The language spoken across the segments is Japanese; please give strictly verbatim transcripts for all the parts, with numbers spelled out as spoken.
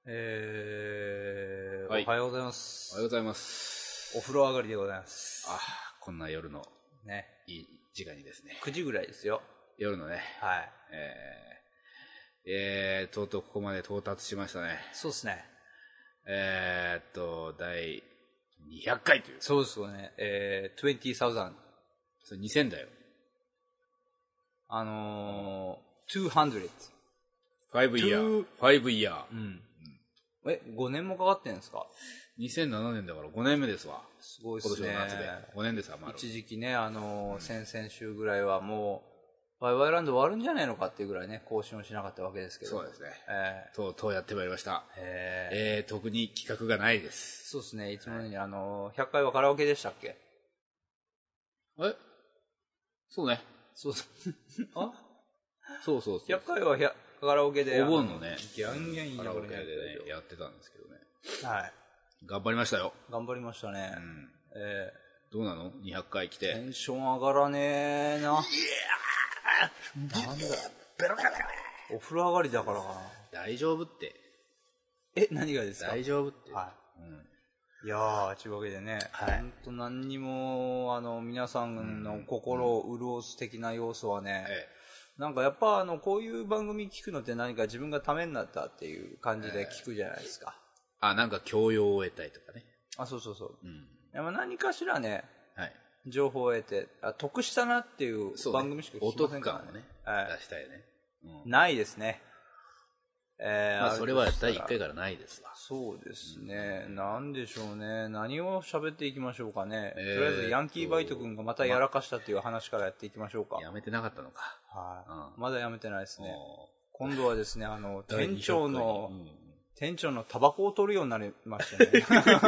えー、 はいおはようございます。 おはようございます。 お風呂上がりでございます。 あ、こんな夜のね。 いい時間にですね。 くじぐらいですよ。 夜のね。 はい。 えー、えー、とうとうここまで到達しましたね。 そうですね。 えーっと、第にひゃっかいという。 そうですよね。えー、にじゅうまん。 それにせんだよ。 あのー、にひゃく。 ファイブイヤー。ファイブイヤー。 うん。え、ごねんもかかってんですか？ にせんななねんだからごねんめですわ。 すごいですね。 今年の夏で。ごねんですわ、まだ。 一時期ね、あのー、先々週ぐらいはもう、ワイワイランド終わるんじゃないのかっていうぐらいね、更新をしなかったわけですけど。 そうですね。 えー、 とうとうやってまいりました。 えー、えー、特に企画がないです。 そうですね、いつものように、あのー、ひゃっかいはカラオケでしたっけ？ えそうね。 そうあそうそうそう。 ひゃっかいはカラオケで。 お盆のね、 ギャンギャンカラオケでね、やってたんですけどね。 はい。 頑張りましたよ。 頑張りましたね。うん。えー、どうなの ?にひゃっかい来て。 テンション上がらねえな。いやーなんだベロベロベロお風呂上がりだからかな。 大丈夫って。 え、何がですか？ 大丈夫って。 はい。うん、いやー、というわけでね、はい、ほんと何にも、あの、皆さんの心を潤す的な要素はね、うんうん、なんかやっぱ、あの、こういう番組聞くのって何か自分がためになったっていう感じで聞くじゃないですか。 えー、あ、なんか教養を得たいとかね。 あ、そうそうそう。うん、やっぱ何かしらね、 はい、 情報を得て、あ、得したなっていう番組しか聞きませんからね。 お得感をね、はい、出したいね。 うん、ないですね。 えー、まあそれはだいいっかいからないですわ。 そうですね。うん、なんでしょうね。何を喋っていきましょうかね。えー、とりあえずヤンキーバイト君がまたやらかしたっていう話からやっていきましょうか。 やめてなかったのか。 はい、あ、うん。まだやめてないですね。今度はですね、あの、店長の、うん、店長のタバコを取るようになりましたね。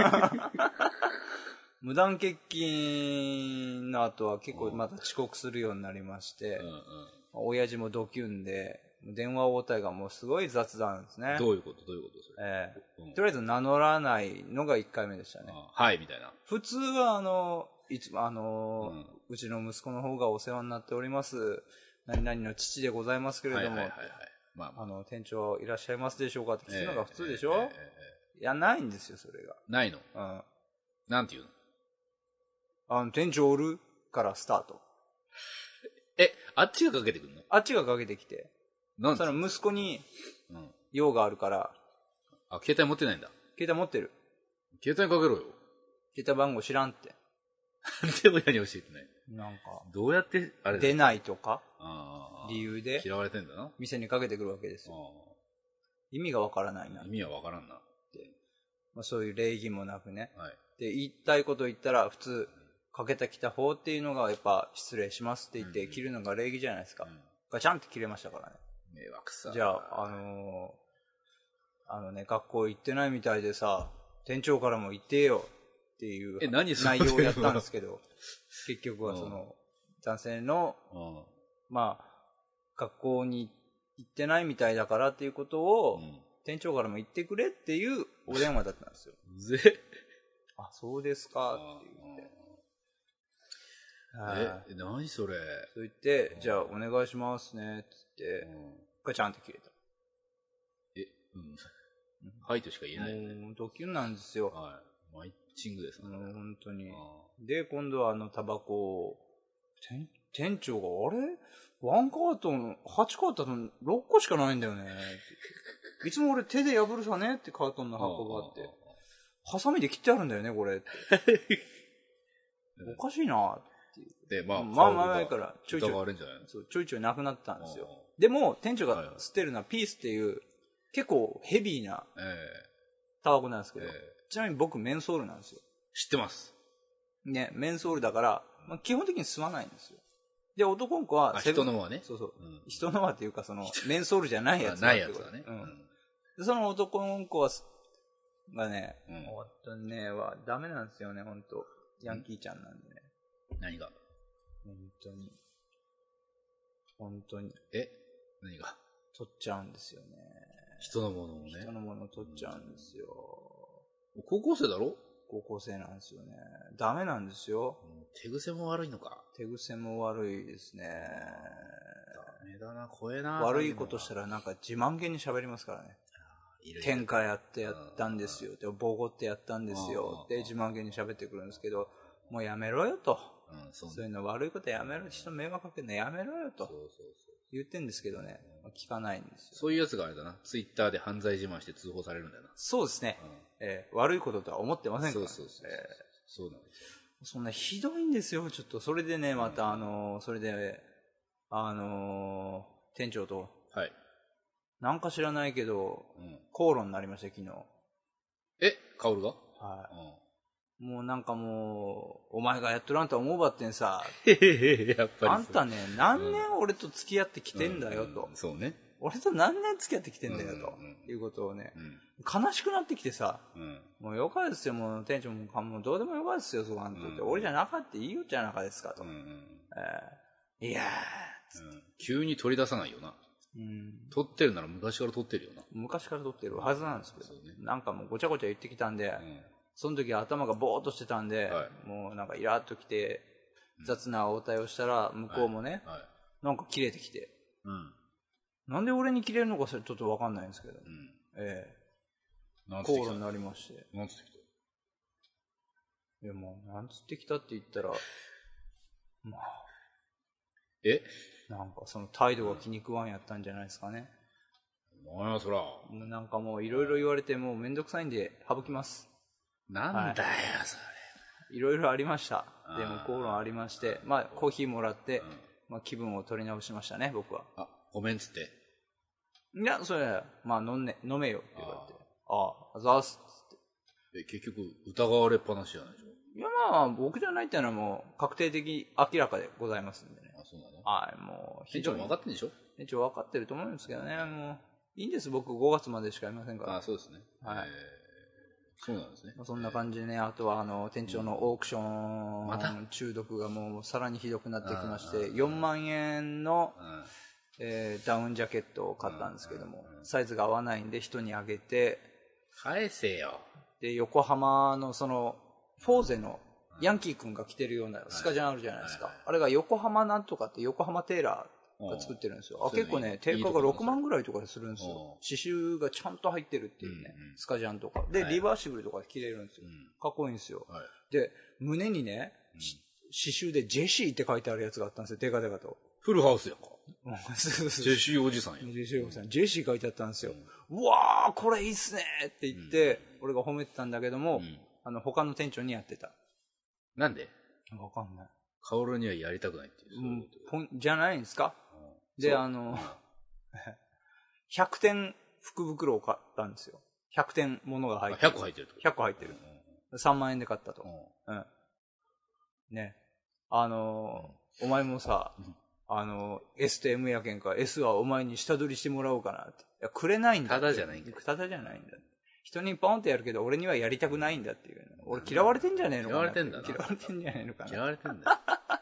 無断欠勤の後は結構また遅刻するようになりまして、うんうん、親父もドキュンで、電話応対がもうすごい雑談ですね。 どういうことどういうことそれ、 えーうん、とりあえず名乗らないのがいっかいめでしたね。 はいみたいな。 普通はあのいつもあの、うん、うちの息子の方がお世話になっております何々の父でございますけれども、まあ、あの店長いらっしゃいますでしょうかって聞くのが普通でしょ、えーえーえー、いやないんですよそれが。 ないの。うん。なんて言うの？ あの店長おるからスタート。 え、あっちがかけてくるの？あっちがかけてきて。なんその息子に用があるから、 うん、あ、携帯持ってないんだ。 携帯持ってる。 携帯かけろよ。 携帯番号知らんって。 なんで親に教えてない？ なんかどうやってあれ出ないとか理由で嫌われてんだな。 店にかけてくるわけですよ。意味がわからないな。 意味はわからんなって、 まあ、そういう礼儀もなくね、 はい、 で言いたいこと言ったら普通かけてきた方っていうのがやっぱ失礼しますって言って切るのが礼儀じゃないですか、うん、ガチャンって切れましたからね。 迷惑さ。 じゃああのー、あのね学校行ってないみたいでさ店長からも言ってよっていう内容をやったんですけど結局はその男性のまあ学校に行ってないみたいだからっていうことを店長からも言ってくれっていうお電話だったんですよ。 ぜあ、そうですかって言って。 え、何それ。 そう言って、じゃあお願いしますねって言って、ガチャンって切れた。 え、うん。はいとしか言えないよね。 もうドキュンなんですよ。 はい。マイチングですね。 もう本当に。で、今度はあのタバコを、店、店長が、あれワンカートン、はちカートン、ろっこしかないんだよね。いつも俺手で破るさねってカートンの箱があって。ハサミで切ってあるんだよね、これ。おかしいなっていう。 で、まあ、 まあまあ前からちょいちょい、そうちょいちょいなくなったんですよ。でも、店長が吸ってるのはピースっていう、結構ヘビーなタバコなんですけど、えー、ちなみに僕メンソールなんですよ。 知ってます。 ね、メンソールだから、まあ、基本的に吸わないんですよ。で、男の子は人のはね。 そうそう。うん、人のはっていうか、その、メンソールじゃないやつないやつだね。 うん。で、その男の子は、がね、うん、本当にね、はダメなんですよね、本当ヤンキーちゃんなんでね。 何が？ 本当に。本当に。 え？何が？ 取っちゃうんですよね。 人のものをね。 人のものを取っちゃうんですよ。 高校生だろ？ 高校生なんですよね。ダメなんですよ。 手癖も悪いのか。 手癖も悪いですね。 ダメだな、怖えな。 悪いことしたらなんか自慢げに喋りますからね。 喧嘩やってやったんですよ。で、ボコってやったんですよ。で、自慢げに喋ってくるんですけど、もうやめろよと。うん、そうね、そういうの悪いことやめろ、人迷惑かけるのやめろよと。そうそうそう言ってんですけどね、聞かないんですよ。 そういうやつがあれだな。ツイッターで犯罪自慢して通報されるんだよな。 そうですね。うん、えー、悪いこととは思ってませんから、ね。そうそうそう。えー、 そうなんですよ。 そんなひどいんですよ、ちょっと。それでね、また、あのー、それで、あのー、店長と。はい。なんか知らないけど、うん、口論になりました、昨日。 え、カオルが？ はい。うんもうなんかもう、お前がやっとらんとは思うばってんさ。やっぱりあんたね、何年俺と付き合ってきてんだよと。うんうん、そうね。俺と何年付き合ってきてんだよと。うんうん、いうことをね、うん、悲しくなってきてさ、うん、もうよかですよ、もう店長ももうどうでもよかですよ、そこあんとって、うん。俺じゃなかっていいよじゃなかですかと。うんうんえー、いやー、 うん、急に取り出さないよな。うん、取ってるなら昔から取ってるよな。 昔から取ってるはずなんですけど、ね、なんかもうごちゃごちゃ言ってきたんで、うんその時頭がボーっとしてたんで、はい、もうなんかイラッときて、雑な応対をしたら、向こうもね、はいはい、なんか切れてきて、うん、なんで俺に切れるのかそれちょっとわかんないんですけど、うん、ええー、口論になりまして。 なんつってきた？ いやもう、なんつってきたって言ったら、まあ、 えなんかその態度が気に食わんやったんじゃないですかね。 なんやそら。 なんかもういろいろ言われてもうめんどくさいんで省きます。 なんだよ、はい、それ。いろいろありました。でも口論ありまして、まあコーヒーもらって、うん、まあ気分を取り直しましたね、僕は。 あ、ごめんっつって。 いや、それ、まあ飲んね、飲めよって言われて。ああ、あざーすっつって。え、結局疑われっぱなしじゃないでしょ。 いやまあ、僕じゃないっていうのはもう確定的、明らかでございますんでね。 あ、そうなの？ はい、もう。 店長も分かってんでしょ？ 店長分かってると思うんですけどね、もう。いいんです、僕ごがつまでしかいませんから。 あ、そうですね。はい。えーそうなんですね。 そんな感じでね、あとはあの店長のオークション中毒がもうさらにひどくなってきまして、よんまんえんの、えー、ダウンジャケットを買ったんですけども、サイズが合わないんで人にあげて、 返せよ。 で、横浜のその、フォーゼのヤンキー君が着てるようなスカジャンあるじゃないですか。あれが横浜なんとかって横浜テーラー、が作ってるんですよ。あ結構ね、定価がろくまんぐらいとかするんですよ。刺繍がちゃんと入ってるっていうね、うんうん、スカジャンとか。で、はい、リバーシブルとか着れるんですよ。うん、かっこいいんですよ。はい、で、胸にね、うん、刺繍でジェシーって書いてあるやつがあったんですよ。デカデカと。 フルハウスやんか。ジェシーおじさんや。 ジェシーおじさん。ジェシー書いてあったんですよ。うん、うわー、これいいっすねって言って、うん、俺が褒めてたんだけども、うん、あの、他の店長にやってた。 なんで？ わかんない。 カオルにはやりたくないっていう。うん、 ポンじゃないんですか？で、あの、ひゃくてん福袋を買ったんですよ。ひゃくてんものが入ってる。 ひゃくこ入ってると。 ひゃっこ入ってる。さんまんえんで買ったと。うん。ね。あの、お前もさ、あの、S と M やけんか、S はお前に下取りしてもらおうかなって。いや、くれないんだ。 ただじゃないんだ。 ただじゃないんだ。人にポンってやるけど、俺にはやりたくないんだっていう。俺嫌われてんじゃねえのかな。 嫌われてんだな。 嫌われてんじゃねえのかな。 嫌われてんだ。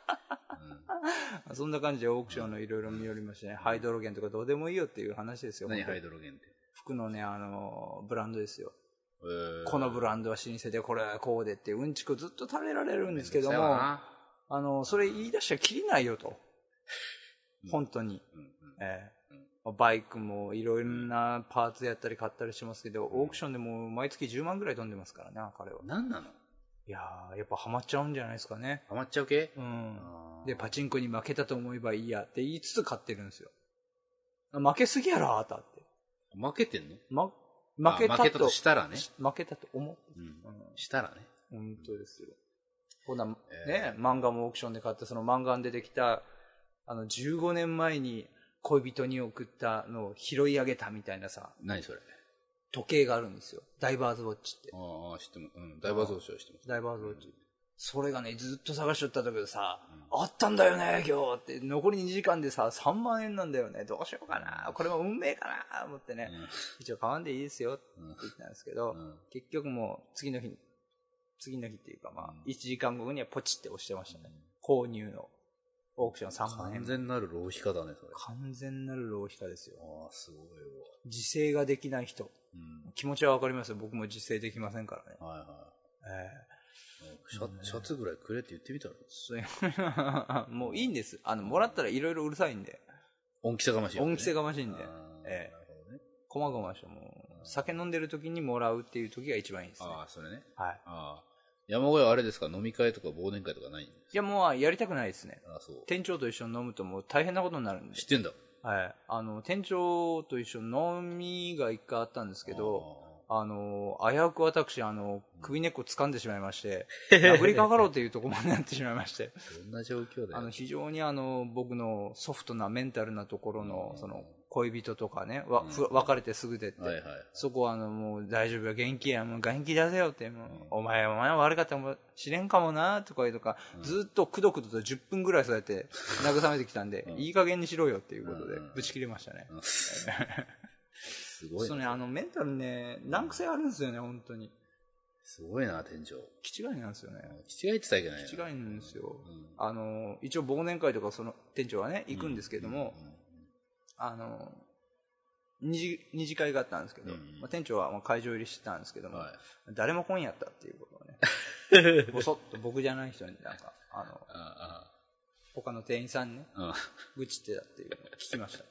そんな感じでオークションのいろいろ見寄りましてね、ハイドロゲンとかどうでもいいよっていう話ですよ。 何ハイドロゲンって？ 服のね、あの、ブランドですよ。このブランドは老舗で、これはこうでってうんちくずっと垂れられるんですけども、あの、それ言い出したらきりないよと。本当に。うんうんえー、バイクもいろんなパーツやったり買ったりしますけど、オークションでも毎月じゅうまんぐらい飛んでますからね、彼は。 何なの？ いやー、やっぱハマっちゃうんじゃないですかね。 ハマっちゃう系？ うん。で、パチンコに負けたと思えばいいやって言いつつ買ってるんですよ。負けすぎやろ、あたって。 負けてんの？ ま、負けたと。 負けたとしたらね。 負けたと思う。 うん。うん、したらね。 本当ですよ。ほな、えー、ね、漫画もオークションで買って、その漫画に出てきた、あの、じゅうごねんまえに恋人に送ったのを拾い上げたみたいなさ。 何それ？ 時計があるんですよ。ダイバーズウォッチって。 ああ、知ってます。うん。ダイバーズウォッチは知ってます。 ダイバーズウォッチ。うん、それがね、ずっと探しとったんだけどさ、うん、あったんだよね、今日って。残りにじかんでさ、さんまんえんなんだよね。どうしようかな。これも運命かな。思ってね。うん、一応買わんでいいですよって言ったんですけど、うん、結局もう次の日、次の日っていうかまあ、いちじかんごにはポチって押してましたね。購入の。オークションさんまんえん。 完全なる浪費家だね、それ。 完全なる浪費家ですよ。 ああ、すごいわ。 自制ができない人。うん、気持ちはわかりますよ。僕も自制できませんからね。 はいはい。 えー、シャ、シャツぐらいくれって言ってみたら。 もういいんです。あの、もらったらいろいろうるさいんで。 恩着せがましい、ね。 恩着せがましいんで。ええー。こまごましても酒飲んでる時にもらうっていう時が一番いいですね。 ああ、それね。 はい。 ああ。山小屋はあれですか、飲み会とか忘年会とかないんですか？ いや、もうやりたくないですね。 ああ、そう。 店長と一緒に飲むともう大変なことになるんで。 知ってんだ。 はい。あの、店長と一緒に飲みが一回あったんですけど、あの、危うく私、あの、首根っこ掴んでしまいまして、殴りかかろうというところまでなってしまいまして。 どんな状況だよ。 あの、非常にあの、僕のソフトなメンタルなところの、その、恋人とかね、わ、うん、別れてすぐでって、はいはい、そこはあの、もう大丈夫よ、元気や、もう元気出せよって、もう、うん、お前、お前は悪かったもしれんかもな、とか言うとか、うん、ずっとくどくどとじゅっぷんぐらいそうやって慰めてきたんで、うん、いい加減にしろよっていうことで、ぶち切れましたね。うん、すごい。そうね、あの、メンタルね、難癖あるんですよね、本当に。 すごいな、店長。 気違いなんですよね。 気違いって言ったらいけない気違いなんですよ。うん、あの、一応忘年会とかその店長はね、行くんですけども、うんうんうん、あの、二次、二次会があったんですけど、うんまあ、店長はまあ会場入りしてたんですけども、はい、誰も来んやったっていうことをね、ぼそっと僕じゃない人になんか、あの、ああ他の店員さんにね、愚痴ってたっていうのを聞きました。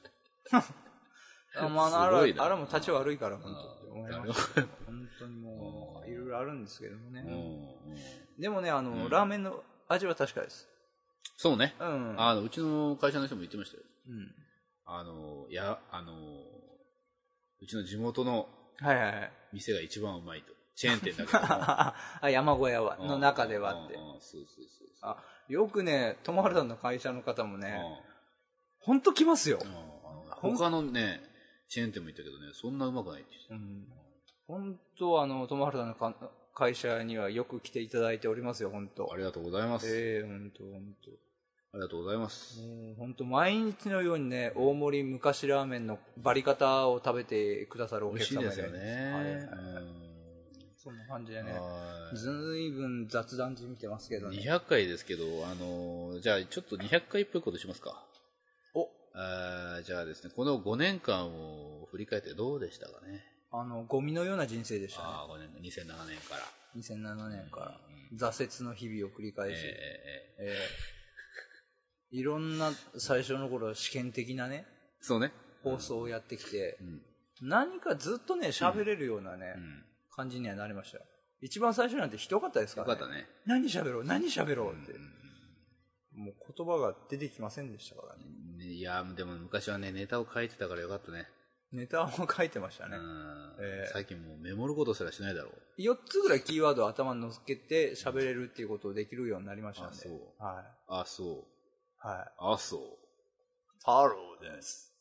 あまあ、あれあれも立ち悪いから、本当って思いました。本当にもう、いろいろあるんですけどもね。でもね、あの、うん、ラーメンの味は確かです。 そうね。うん。あの、うちの会社の人も言ってましたよ。うん。あの、いや、あの、うちの地元の店が一番うまいと。チェーン店だけども。 あ、山小屋は、の中ではって。そうそうそうそう。あ、よくね、友原さんの会社の方もね、ほんと来ますよ。 他のね、チェーン店も言ったけどね、そんなうまくないって言って。 本当、あの、友原さんの会社にはよく来ていただいておりますよ、本当。 ありがとうございます。 ええー、本当本当。 ありがとうございます。 もう本当毎日のようにね、大盛り昔ラーメンのバリ方を食べてくださるお客様で。 美味しいですよね。はい。 そんな感じでね。ずいぶん雑談じみてますけどね。 にひゃっかいですけど、あのー、じゃあちょっとにひゃっかいっぽいことしますか。おあじゃあですね、このごねんかんを振り返ってどうでしたかね。 あの、ゴミのような人生でしたね。 ああ、ごねん、にせんななねんから。 にせんななねんから。うん、挫折の日々を繰り返し。えーえーえー、いろんな最初の頃は試験的なね。 そうね。 放送をやってきて、うん、何かずっとね、喋れるようなね、うん、感じにはなりましたよ。一番最初なんてひどかったですからね。 ひどかったね。 何喋ろう、何喋ろうって。うん、もう言葉が出てきませんでしたからね。 いや、でも昔はね、ネタを書いてたからよかったね。 ネタを書いてましたね。 えー、最近もうメモることすらしないだろう。 よっつぐらいキーワードを頭に乗っけて喋れるっていうことをできるようになりましたんで。 あ、そう。 はい。 あ、そう。 はい。 あ、そう。 太郎です。